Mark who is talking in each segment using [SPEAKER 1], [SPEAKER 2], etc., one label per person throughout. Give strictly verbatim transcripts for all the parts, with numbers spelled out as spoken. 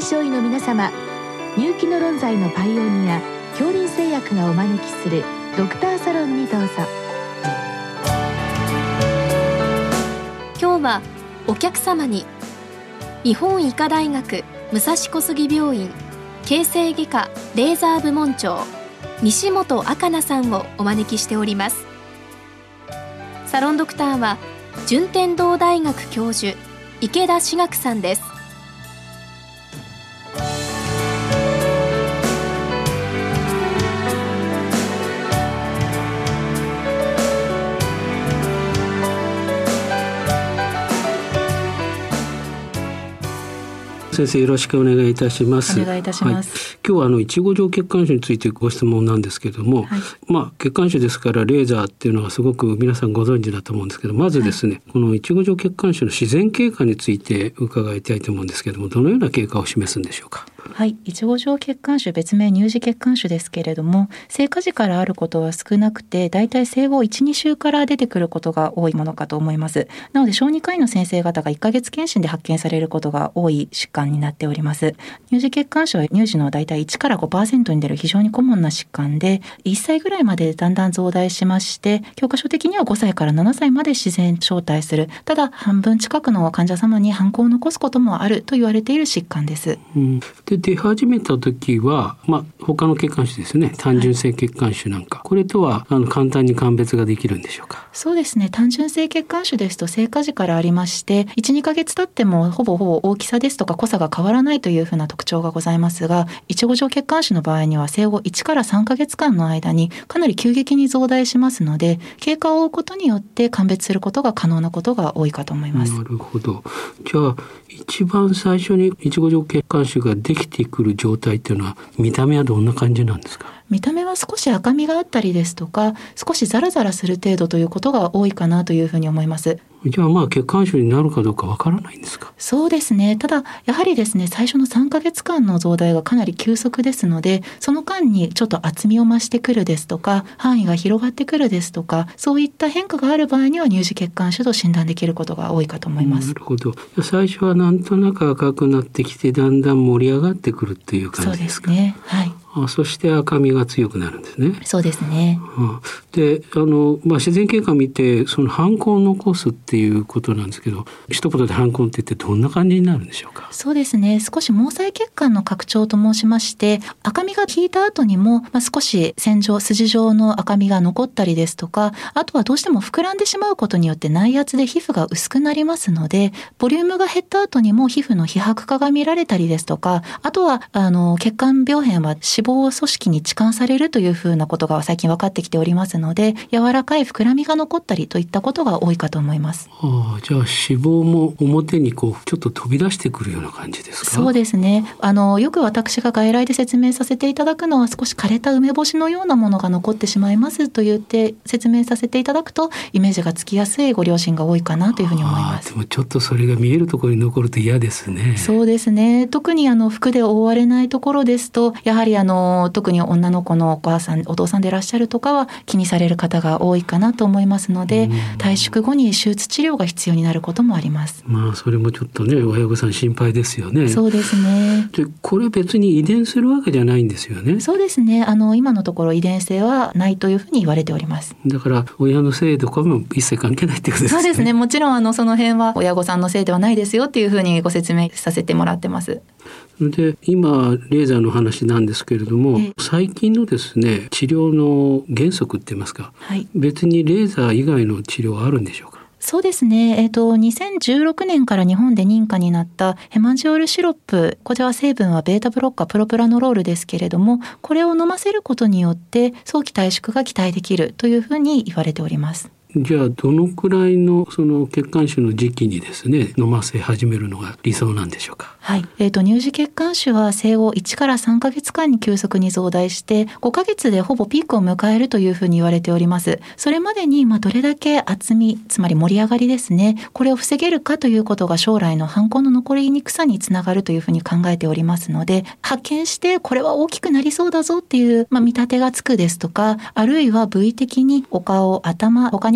[SPEAKER 1] 症医の皆様、入気の論剤のパイオニア恐林製薬がお招きするドクターサロンにどうぞ。
[SPEAKER 2] 今日はお客様に日本医科大学武蔵小杉病院形成外科レーザー部門長西本赤奈さんをお招きしております。サロンドクターは順天堂大学教授池田志学さんです。
[SPEAKER 3] 先生、よろしくお願いいたします。
[SPEAKER 4] お願いいたします。
[SPEAKER 3] はい、今日はあのいちご状血管腫についてご質問なんですけれども、はい、まあ、血管腫ですからレーザーっていうのはすごく皆さんご存知だと思うんですけど、まずですね、はい、このいちご状血管腫の自然経過について伺いたいと思うんですけれども、どのような経過を示すんでしょうか。
[SPEAKER 4] はい、いちご状血管腫、別名乳児血管腫ですけれども、生家時からあることは少なくて、だいたい生後 いち、にしゅうから出てくることが多いものかと思います。なので小児科医の先生方がいっかげつ検診で発見されることが多い疾患になっております。乳児血管腫は乳児のだいたいいちからごパーセントに出る非常にコモンな疾患で、いっさいぐらいまでだんだん増大しまして、教科書的にはごさいからななさいまで自然消退する。ただ半分近くの患者様に反抗を残すこともあると言われている疾患です。
[SPEAKER 3] うん、で出始めた時は、まあ、他の血管腫ですね、単純性血管腫なんか、はい、これとはあの簡単に鑑別ができるんでしょうか。
[SPEAKER 4] そうですね、単純性血管腫ですと生家時からありまして、いち、にかげつ経ってもほぼほぼ大きさですとか濃さが変わらないというふうな特徴がございますが、いちご状血管腫の場合には生後いちからさんかげつかんの間にかなり急激に増大しますので、経過を追うことによって鑑別することが可能なことが多いかと思います。
[SPEAKER 3] なるほど。じゃあ一番最初にいちご状血管腫ができてくる状態っていうのは、見た目はどんな感じなんですか。
[SPEAKER 4] 見た目は少し赤みがあったりですとか、少しザラザラする程度ということが多いかなというふうに思います。
[SPEAKER 3] じゃあまあ血管腫になるかどうかわからないんですか。
[SPEAKER 4] そうですね。ただやはりですね、最初のさんかげつかんの増大がかなり急速ですので、その間にちょっと厚みを増してくるですとか、範囲が広がってくるですとか、そういった変化がある場合には乳児血管腫と診断できることが多いかと思います。
[SPEAKER 3] なるほど。最初はなんとなく赤くなってきて、だんだん盛り上がってくるっていう感じですか。
[SPEAKER 4] そうですね。はい。
[SPEAKER 3] あ、そして赤みが強くなるんですね。
[SPEAKER 4] そうですね。
[SPEAKER 3] うん、で、あの、まあ、自然経過を見てその斑痕を残すっていうことなんですけど、一言で斑痕って言ってどんな感じになるんでしょうか。
[SPEAKER 4] そうですね、少し毛細血管の拡張と申しまして、赤みが引いた後にも、まあ、少し線状筋状の赤みが残ったりですとか、あとはどうしても膨らんでしまうことによって内圧で皮膚が薄くなりますので、ボリュームが減った後にも皮膚の皮白化が見られたりですとか、あとはあの血管病変は脂肪組織に置換されるというふうなことが最近分かってきておりますので、柔らかい膨らみが残ったりといったことが多いかと思います。
[SPEAKER 3] ああ、じゃあ脂肪も表にこうちょっと飛び出してくるような感じですか。
[SPEAKER 4] そうですね、あのよく私が外来で説明させていただくのは、少し枯れた梅干しのようなものが残ってしまいますと言って説明させていただくと、イメージがつきやすいご両親が多いかなというふうに思います。
[SPEAKER 3] でもちょっとそれが見えるところに残ると嫌ですね。
[SPEAKER 4] そうですね、特にあの服で覆われないところですと、やはりあの特に女の子のお母さんお父さんでいらっしゃるとかは気にされる方が多いかなと思いますので、退縮後に手術治療が必要になることもあります。
[SPEAKER 3] まあそれもちょっとね、親御さん心配ですよね。
[SPEAKER 4] そうですね。
[SPEAKER 3] でこれ別に遺伝するわけじゃないんですよね。
[SPEAKER 4] そうですね、あの今のところ遺伝性はないというふうに言われております。
[SPEAKER 3] だから親のせいとかも一切関係ないってことですね。
[SPEAKER 4] そうですね、もちろんあのその辺は親御さんのせいではないですよっていうふうにご説明させてもらってます。
[SPEAKER 3] で今レーザーの話なんですけれども、最近のですね治療の原則って言いますか、はい、別にレーザー以外の治療はあるんでしょうか。
[SPEAKER 4] そうですね、えーと、にせんじゅうろくねんから日本で認可になったヘマジオールシロップ、これは成分はベータブロッカープロプラノロールですけれども、これを飲ませることによって早期退縮が期待できるというふうに言われております。
[SPEAKER 3] じゃあどのくらいのその血管腫の時期にですね飲ませ始めるのが理想なんでしょうか。
[SPEAKER 4] はい、えーと、乳児血管腫は生後いちからさんかげつかんに急速に増大してごかげつでほぼピークを迎えるというふうに言われております。それまでにまあどれだけ厚み、つまり盛り上がりですね、これを防げるかということが将来の斑痕の残りにくさにつながるというふうに考えておりますので、発見してこれは大きくなりそうだぞっていう、まあ、見立てがつくですとか、あるいは部位的にお顔、頭、他にも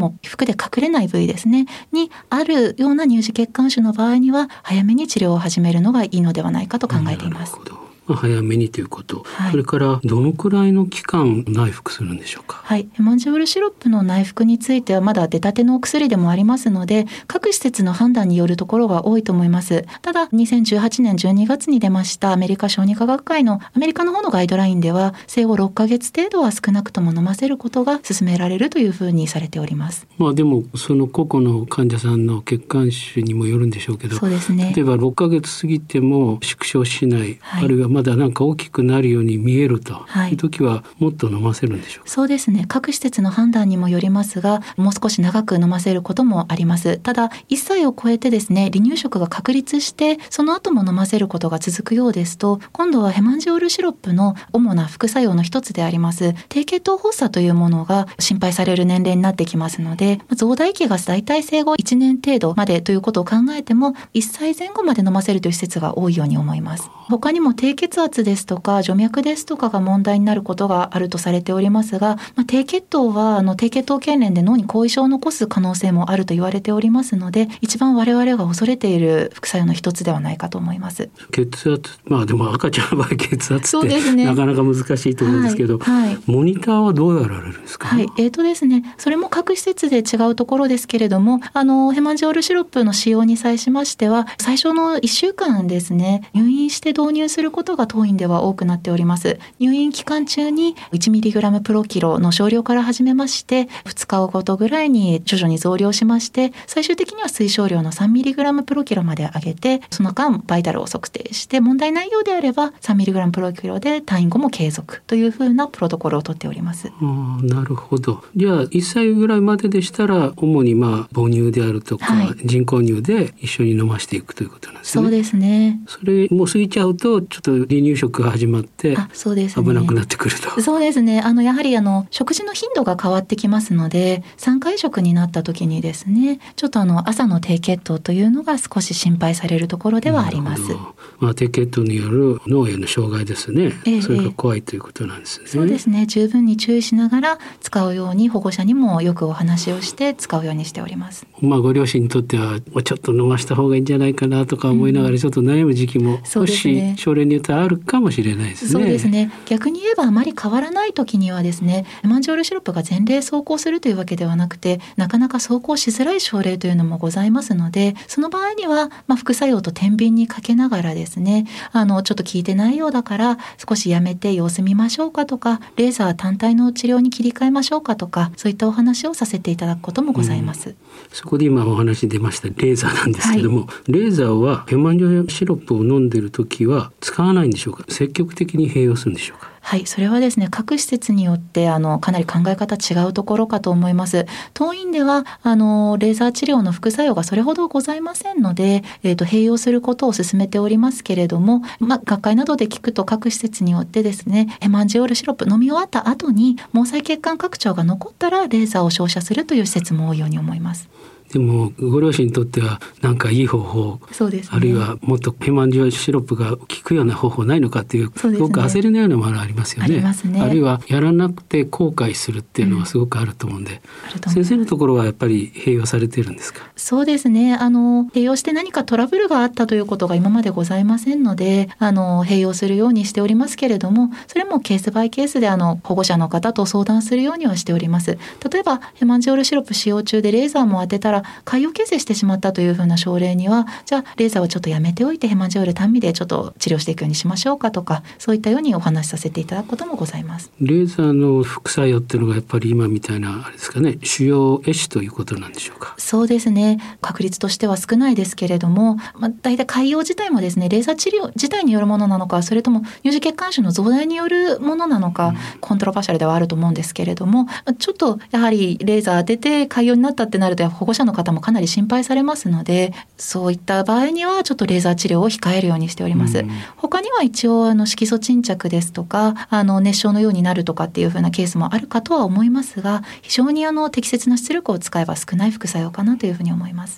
[SPEAKER 4] も服で隠れない部位ですねにあるような乳児血管腫の場合には早めに治療を始めるのがいいのではないかと考えています。
[SPEAKER 3] なるほど。まあ、早めにということ、
[SPEAKER 4] はい、
[SPEAKER 3] それからどのくらいの期間内服するんでしょうか。
[SPEAKER 4] はい、ヘマンジオールシロップの内服についてはまだ出たてのお薬でもありますので、各施設の判断によるところが多いと思います。ただにせんじゅうはちねんじゅうにがつに出ましたアメリカ小児科学会のアメリカの方のガイドラインでは、生後ろっかげつ程度は少なくとも飲ませることが勧められるというふうにされております。
[SPEAKER 3] まあでもその個々の患者さんの血管腫にもよるんでしょうけど、
[SPEAKER 4] そうですね、
[SPEAKER 3] 例えばろっかげつ過ぎても縮小しない、はい、あるいはまだなんか大きくなるように見えるという時はもっと飲ませるんでしょうか。
[SPEAKER 4] そうですね、各施設の判断にもよりますが、もう少し長く飲ませることもあります。ただいっさいを超えてですね、離乳食が確立してその後も飲ませることが続くようですと、今度はヘマンジオールシロップの主な副作用の一つであります低血糖発作というものが心配される年齢になってきますので、増大期がだいたい生後いちねん程度までということを考えてもいっさいぜん後まで飲ませるという施設が多いように思います。他にも低血圧ですとか徐脈ですとかが問題になることがあるとされておりますが、まあ、低血糖はあの低血糖痙攣で脳に後遺症を残す可能性もあると言われておりますので、一番我々が恐れている副作用の一つではないかと思います。
[SPEAKER 3] 血圧、まあでも赤ちゃんの場合血圧って、ね、なかなか難しいと思うんですけど、はいはい、モニターはどうやられるんですか。
[SPEAKER 4] はい、えーとですね、それも各施設で違うところですけれども、あのヘマンジオールシロップの使用に際しましては、最初のいっしゅうかんですね、入院して導入することが当院では多くなっております。入院期間中に いちミリグラム プロキロの少量から始めまして、ふつかごとぐらいに徐々に増量しまして、最終的には推奨量の さんミリグラム プロキロまで上げて、その間バイタルを測定して、問題ないようであれば さんミリグラム プロキロで退院後も継続というふうなプロトコルをとっております。
[SPEAKER 3] あ、なるほど。じゃあいっさいぐらいまででしたら主にまあ母乳であるとか、はい、人工乳で一緒に飲ませていくということなんですね。
[SPEAKER 4] そうですね。
[SPEAKER 3] それもう過ぎちゃうとちょっと離乳食が始まって危なくなってくると。
[SPEAKER 4] そうですね、あのやはりあの食事の頻度が変わってきますので、さんかい食になった時にですね、ちょっとあの朝の低血糖というのが少し心配されるところではあります。
[SPEAKER 3] まあ、低血糖による脳への障害ですね、ええ、それが怖いということなんですね。
[SPEAKER 4] そうですね、十分に注意しながら使うように保護者にもよくお話をして使うようにしております。
[SPEAKER 3] まあ、ご両親にとってはちょっと飲ました方がいいんじゃないかなとか思いながらちょっと悩む時期も少し症例によってはあるかもしれないですね。
[SPEAKER 4] そうですね、逆に言えばあまり変わらない時にはですね、ヘマンジオールシロップが前例走行するというわけではなくて、なかなか走行しづらい症例というのもございますので、その場合には、まあ、副作用と天秤にかけながらですね、あのちょっと効いてないようだから少しやめて様子見ましょうかとか、レーザー単体の治療に切り替えましょうかとか、そういったお話をさせていただくこともございます。うん、
[SPEAKER 3] そこで今お話出ましたレーザーなんですけども、はい、レーザーはヘマンジオールシロップを飲んでいるときは使わないんでしょうか。積極的に併用するんでしょうか。
[SPEAKER 4] はい、それはですね、各施設によってあのかなり考え方違うところかと思います。当院ではあのレーザー治療の副作用がそれほどございませんので、えーと、併用することを勧めておりますけれども、まあ、学会などで聞くと各施設によってですね、ヘマンジオールシロップ飲み終わった後に毛細血管拡張が残ったらレーザーを照射するという施設も多いように思います。
[SPEAKER 3] でもご両親にとっては何かいい方法、
[SPEAKER 4] そうですね、
[SPEAKER 3] あるいはもっとヘマンジオールシロップが効くような方法ないのかっていう、すごく焦りのようなものがありますよね。ありますね。あるいはやらなくて後悔するっていうのはすごくあると思うんで、うん、先生のところはやっぱり併用されているんですか。
[SPEAKER 4] そうですね、あの併用して何かトラブルがあったということが今までございませんので、あの併用するようにしておりますけれども、それもケースバイケースであの保護者の方と相談するようにはしております。例えばヘマンジオールシロップ使用中でレーザーも当てたら潰瘍形成してしまったというふうな症例には、じゃあレーザーをちょっとやめておいてヘマンジオール単味でちょっと治療していくようにしましょうかとか、そういったようにお話しさせていただくこともございます。
[SPEAKER 3] レーザーの副作用っていうのがやっぱり今みたいなあれですかね、腫瘍壊死ということなんでしょうか。
[SPEAKER 4] そうですね、確率としては少ないですけれども、まあ、大体潰瘍自体もですね、レーザー治療自体によるものなのか、それとも乳児血管腫の増大によるものなのか、うん、コントロバーシャルではあると思うんですけれども、ちょっとやはりレーザー当てて潰瘍になったってなると保護者の方もかなり心配されますので、そういった場合にはちょっとレーザー治療を控えるようにしております。うん、他には一応あの色素沈着ですとか、あの熱傷のようになるとかっていう風なケースもあるかとは思いますが、非常にあの適切な出力を使えば少ない副作用かなというふうに思います。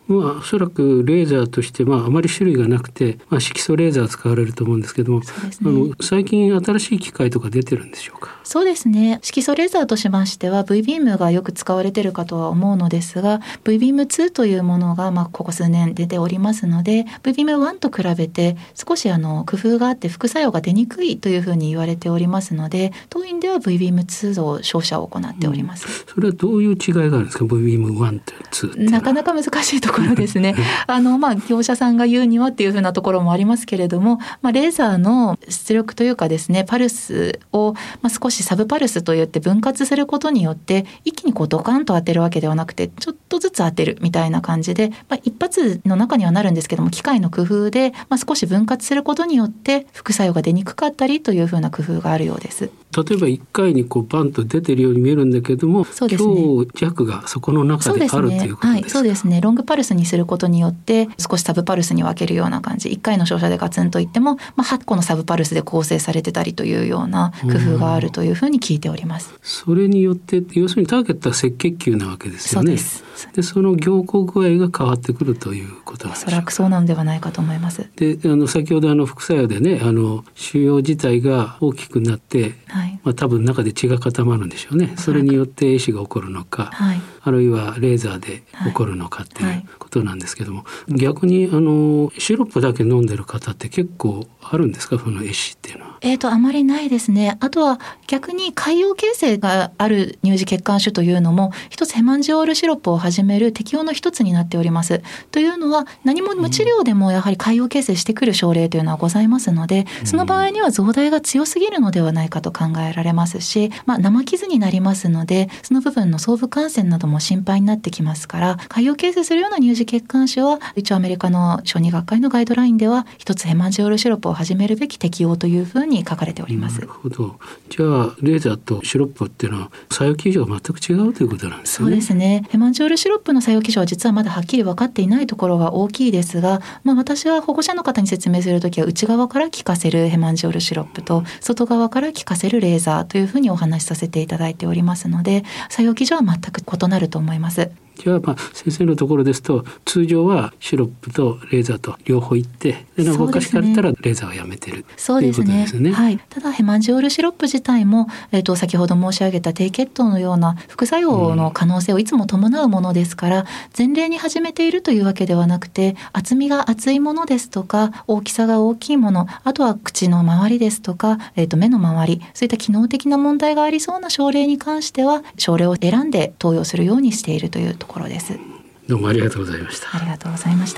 [SPEAKER 3] まあ、おそらくレーザーとして、まあ、あまり種類がなくて、まあ、色素レーザー使われると思うんですけども、そうですね、あの最近新しい機械とか出てるんでしょうか。
[SPEAKER 4] そうですね、色素レーザーとしましては V ビームがよく使われているかとは思うのですが、 V ビームツーというものがまあここ数年出ておりますので、 V ビームワンと比べて少しあの工夫があって副作用が出にくいというふうに言われておりますので、当院では V ビームツーを照射を行っております、
[SPEAKER 3] うん、それはどういう違いがあるんですか。 V ビームワンとツーって
[SPEAKER 4] なかなか難しいところですねあの、まあ、業者さんが言うにはっていうふうなところもありますけれども、まあ、レーザーの出力というかですね、パルスを、まあ、少しサブパルスといって分割することによって一気にこうドカンと当てるわけではなくて、ちょっとずつ当てるみたいな感じで、まあ、一発の中にはなるんですけども、機械の工夫で、まあ、少し分割することによって副作用が出にくかったりというふうな工夫があるようです。
[SPEAKER 3] 例えばいっかいにこうバンと出てるように見えるんだけども、
[SPEAKER 4] そうですね、
[SPEAKER 3] 強弱がそこの中であるということですか。
[SPEAKER 4] はい、そうですね、ロングパルスにすることによって少しサブパルスに分けるような感じ、いっかいの照射でガツンといっても、まあ、はっこのサブパルスで構成されてたりというような工夫があるというふうに聞いております。
[SPEAKER 3] それによって要するにターゲットは赤血球なわけですよね。
[SPEAKER 4] そうです。
[SPEAKER 3] でその凝固具合が変わってくるということなんでしょうか。
[SPEAKER 4] おそらくそうなのではないかと思います。
[SPEAKER 3] であの先ほどあの副作用でね、あの腫瘍自体が大きくなって、はい、まあ、多分中で血が固まるんでしょうね。それによって壊死が起こるのか、はい、あるいはレーザーで起こるのかっていうことなんですけども、はいはい、逆にあのシロップだけ飲んでる方って結構あるんですか、その壊死っていうのは。
[SPEAKER 4] えーと、あまりないですね。あとは逆に潰瘍形成がある乳児血管腫というのも一つヘマンジオールシロップを始める適用の一つになっております。というのは何も無治療でもやはり潰瘍形成してくる症例というのはございますので、その場合には増大が強すぎるのではないかと考えられますし、まあ、生傷になりますのでその部分の総部感染なども心配になってきますから、潰瘍形成するような乳児血管腫は一応アメリカの小児学会のガイドラインでは一つヘマンジオールシロップを始めるべき適用というふうに書かれております。
[SPEAKER 3] なるほど。じゃあレーザーとシロップっていうのは作用基準が全く違うということなんですね。
[SPEAKER 4] そうですね。ヘマンジオールシロップの作用基準は実はまだはっきり分かっていないところが大きいですが、まあ、私は保護者の方に説明するときは内側から効かせるヘマンジオールシロップと外側から効かせるレーザーというふうにお話しさせていただいておりますので、作用基準は全く異なると思います。
[SPEAKER 3] じゃあまあ先生のところですと通常はシロップとレーザーと両方行ってでなんかおかしかったらレーザーをやめてる
[SPEAKER 4] そうですね。
[SPEAKER 3] ということですね。
[SPEAKER 4] はい、ただヘマンジオールシロップ自体も、えー、と先ほど申し上げた低血糖のような副作用の可能性をいつも伴うものですから、うん、前例に始めているというわけではなくて、厚みが厚いものですとか大きさが大きいもの、あとは口の周りですとか、えー、と目の周り、そういった機能的な問題がありそうな症例に関しては症例を選んで投与するようにしているというところです。
[SPEAKER 3] どうもありがとうございました。
[SPEAKER 4] ありがとうございました。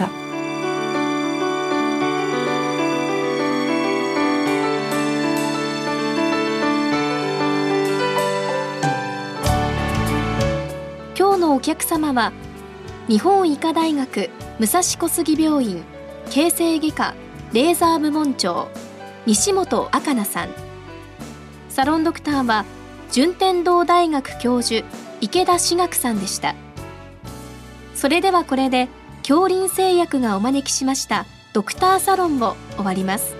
[SPEAKER 2] 今日のお客様は日本医科大学武蔵小杉病院形成外科レーザー部門長西本あかなさん。サロンドクターは順天堂大学教授池田志学さんでした。それではこれで杏林製薬がお招きしましたドクターサロンを終わります。